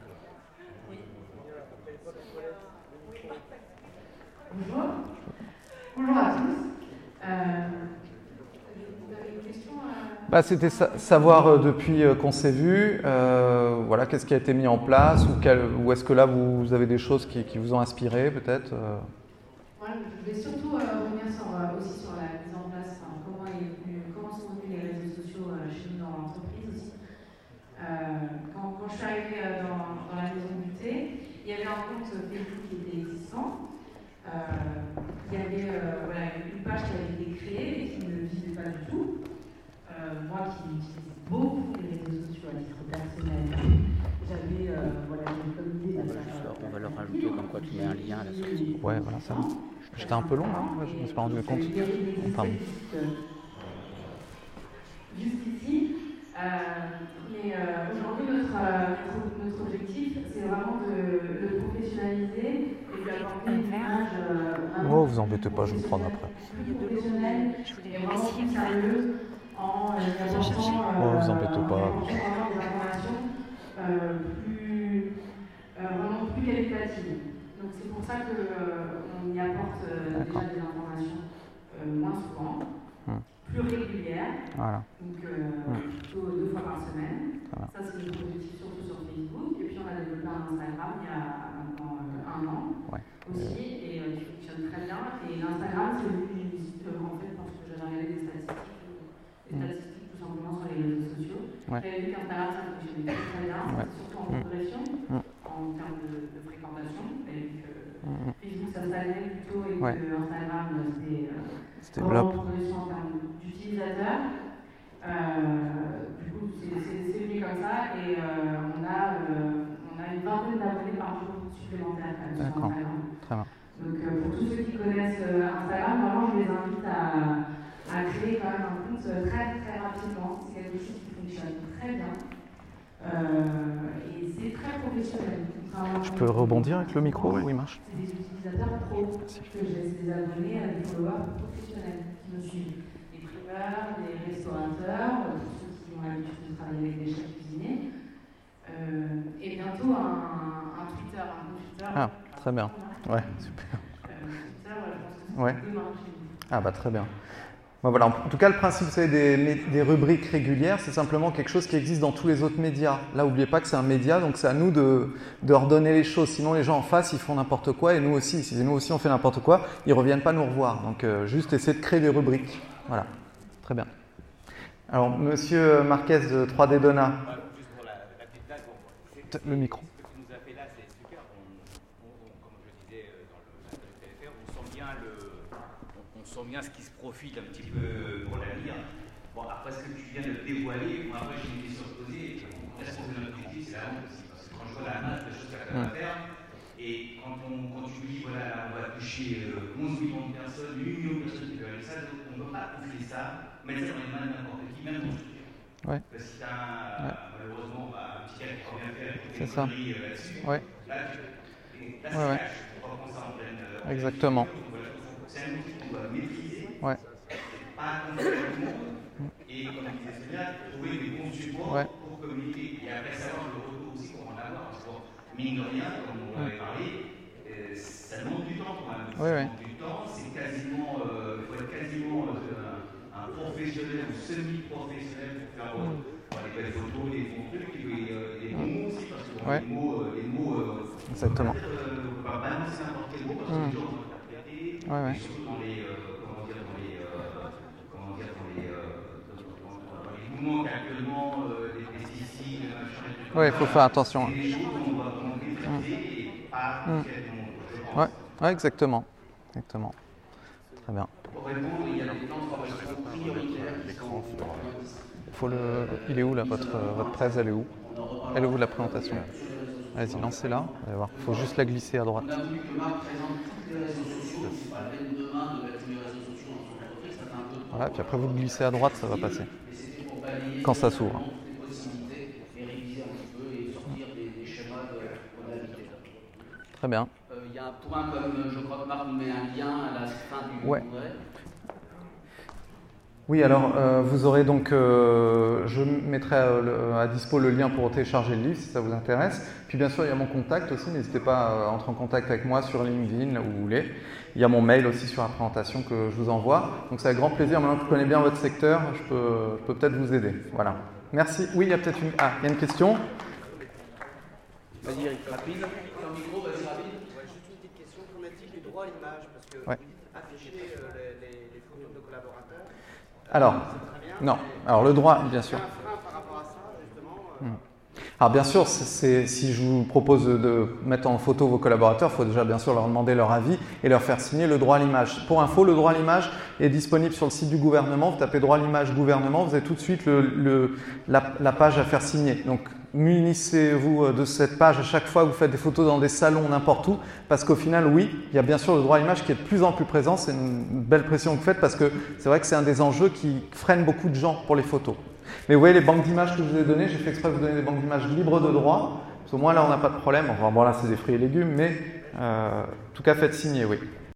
Bonjour. Bonjour à tous. Euh, vous avez une question à... bah, C'était sa savoir euh, depuis euh, qu'on s'est vu, euh, voilà, qu'est-ce qui a été mis en place, ou, quel, ou est-ce que là vous, vous avez des choses qui, qui vous ont inspiré peut-être euh... ouais, je vais surtout euh, revenir sur, euh, aussi sur la mise en place, enfin, comment, est venu, comment sont venus les réseaux sociaux quoi, tu mets un lien à la sortie. Ouais, voilà, ça va. J'étais un peu long, là, ouais, je ne me suis pas rendu compte. Enfin, juste ici. Euh, mais euh, aujourd'hui, notre, notre, notre objectif, c'est vraiment de le professionnaliser et de lui apporter une image euh, oh, vous embêtez pas, je vais me prendre après. Professionnelle et vraiment plus sérieuse en euh, apportant euh, oh, vous embêtez pas. en des informations euh, plus, euh, vraiment plus qualitatives. Donc c'est pour ça qu'on euh, y apporte euh, déjà des informations euh, moins souvent. Hum. Plus régulière, voilà. donc euh, mmh. plutôt deux fois par semaine. Voilà. Ça, c'est notre objectif surtout sur Facebook. Et puis, on a développé un Instagram il y a maintenant euh, un an ouais. aussi, et euh, qui fonctionne très bien. Et l'Instagram, c'est devenu une site, euh, en fait, parce que j'avais regardé des statistiques, des mmh. statistiques tout simplement sur les réseaux sociaux. Ouais. J'avais vu qu'Instagram, ça fonctionnait très, très bien, ouais. surtout en progression, mmh. en termes de, de fréquentation. Et que mmh. Facebook, ça stagnait plutôt, et ouais. que Instagram, c'était. Euh, C'était blop. En termes d'utilisateurs. Euh, du coup, c'est venu comme ça et euh, on, a, euh, on a une vingtaine d'abonnés par jour supplémentaires sur Instagram. Très bien. Donc, euh, pour tous ceux qui connaissent euh, Instagram, vraiment, je les invite à, à créer quand même un compte très très rapidement. C'est quelque chose qui fonctionne très bien. Euh, et c'est très professionnel. Je peux rebondir avec le micro? Oui, il marche. C'est des utilisateurs pro que j'ai, des abonnés à des followers professionnels qui me suivent. Des primeurs, des restaurateurs, pour ceux qui ont l'habitude de travailler avec des chefs cuisiniers. Euh, et bientôt un, un Twitter, un compte Twitter. Ah, très bien. Ouais, super. Euh, Twitter, je pense que c'est ouais. demain chez nous. Ah bah très bien. Bon, voilà. En tout cas, le principe vous savez, des, des rubriques régulières, c'est simplement quelque chose qui existe dans tous les autres médias. Là, n'oubliez pas que c'est un média, donc c'est à nous de, de redonner les choses. Sinon, les gens en face, ils font n'importe quoi, et nous aussi. Si nous aussi on fait n'importe quoi, ils ne reviennent pas nous revoir. Donc, euh, juste essayer de créer des rubriques. Voilà. Très bien. Alors, Monsieur Marquez de trois D Dona. Ouais, juste pour la, la petite blague, bon, le micro. Ce que tu nous as fait là, c'est super. On, on, on, comme je disais dans le T F R, on sent bien le, on, on sent bien ce qui se profile un petit peu pour l'avenir. Bon, après ce que tu viens de dévoiler, moi après j'ai une question à poser. Est-ce qu'on veut notre objectif, c'est la honte aussi, parce que quand je vois la masse de choses qu'elle va faire, et quand, on, quand tu dis voilà, on va toucher euh, onze millions de personnes, huit millions de personnes qui peuvent aller ça, donc on ne peut pas confier ça, mettre ça dans les mains de n'importe qui, même dans le structure. Ouais. Parce que t'as un, ouais. malheureusement bah, un petit cas qui revient faire des conneries euh, là-dessus. Ouais. Là, tu, là c'est ouais, ouais. cash, on va prendre ça en pleine. Euh, Exactement. C'est un outil qu'on doit maîtriser, ouais. pas confier à tout le monde, et comme disait Sonia, trouver des bons supports ouais. pour communiquer. Et après savoir le retour aussi qu'on va en avoir. Parce que mine de rien, comme on avait parlé, euh, ça demande du temps quand même. Ça ouais, demande ouais. du temps, c'est quasiment, il euh, faut être quasiment euh, un, un professionnel ou semi-professionnel pour faire euh, mm. les belles photos, les bons trucs, et euh, les bons mots aussi, parce que bon, ouais. les mots, euh, les mots euh, exactement. On ne peut pas balancer n'importe quel mot, parce que mm. les gens vont interpréter, ouais, ouais. et surtout dans les, euh, comment dire, dans les, euh, comment dire, dans les, euh, dans les mouvements qu'actuellement, euh, les pesticides, les machins, et tout. Oui, il faut faire attention. C'est des choses qu'on doit vraiment maîtriser et pas mm. confier à tout le monde, je pense. Ouais, ouais, exactement. Exactement. Très bien. Pour répondre, il y a des plans de formation prioritaires qui sont... Faut le... Il est où là, votre, votre presse, elle est où? Elle est où la présentation? Vas-y, lancez-la. Il faut juste la glisser à droite. On a voulu que Marc présente tous les réseaux sociaux. C'est pas la peine demain de mettre tous les réseaux sociaux dans son entreprise. Ça fait un peu de temps. Voilà, puis après vous le glissez à droite, ça va passer. Quand ça s'ouvre. Des possibilités et réviser un petit peu et sortir des, des schémas de modalité. Très bien. Il euh, y a un point comme, je crois que Marc nous met un lien à la fin du ouais. congrès. Oui, alors euh, vous aurez donc, euh, je mettrai à, le, à dispo le lien pour télécharger le livre si ça vous intéresse. Puis bien sûr, il y a mon contact aussi, n'hésitez pas à entrer en contact avec moi sur LinkedIn, là où vous voulez. Il y a mon mail aussi sur la présentation que je vous envoie. Donc c'est avec grand plaisir, maintenant que je connais bien votre secteur, je peux, je peux peut-être vous aider. Voilà. Merci. Oui, il y a peut-être une... Ah, il y a une question. Vas-y Eric, rapide. Ton micro, vas-y rapide. Ouais, juste une petite question. Qu'en est-il du droit à l'image? Parce que ouais. afficher euh, les, les, les photos de collaborateurs, alors, c'est très bien, non. Alors le droit, bien sûr. Il y a un frein par rapport à ça, justement. Euh... Hum. Alors bien sûr, c'est, si je vous propose de mettre en photo vos collaborateurs, il faut déjà bien sûr leur demander leur avis et leur faire signer le droit à l'image. Pour info, le droit à l'image est disponible sur le site du gouvernement. Vous tapez droit à l'image gouvernement, vous avez tout de suite le, le, la, la page à faire signer. Donc munissez-vous de cette page à chaque fois que vous faites des photos dans des salons, n'importe où, parce qu'au final, oui, il y a bien sûr le droit à l'image qui est de plus en plus présent. C'est une belle pression que vous faites parce que c'est vrai que c'est un des enjeux qui freine beaucoup de gens pour les photos. Mais vous voyez les banques d'images que je vous ai données, j'ai fait exprès de vous donner des banques d'images libres de droit, parce qu'au moins là on n'a pas de problème. Enfin bon là c'est des fruits et légumes, mais euh, en tout cas faites signer, oui.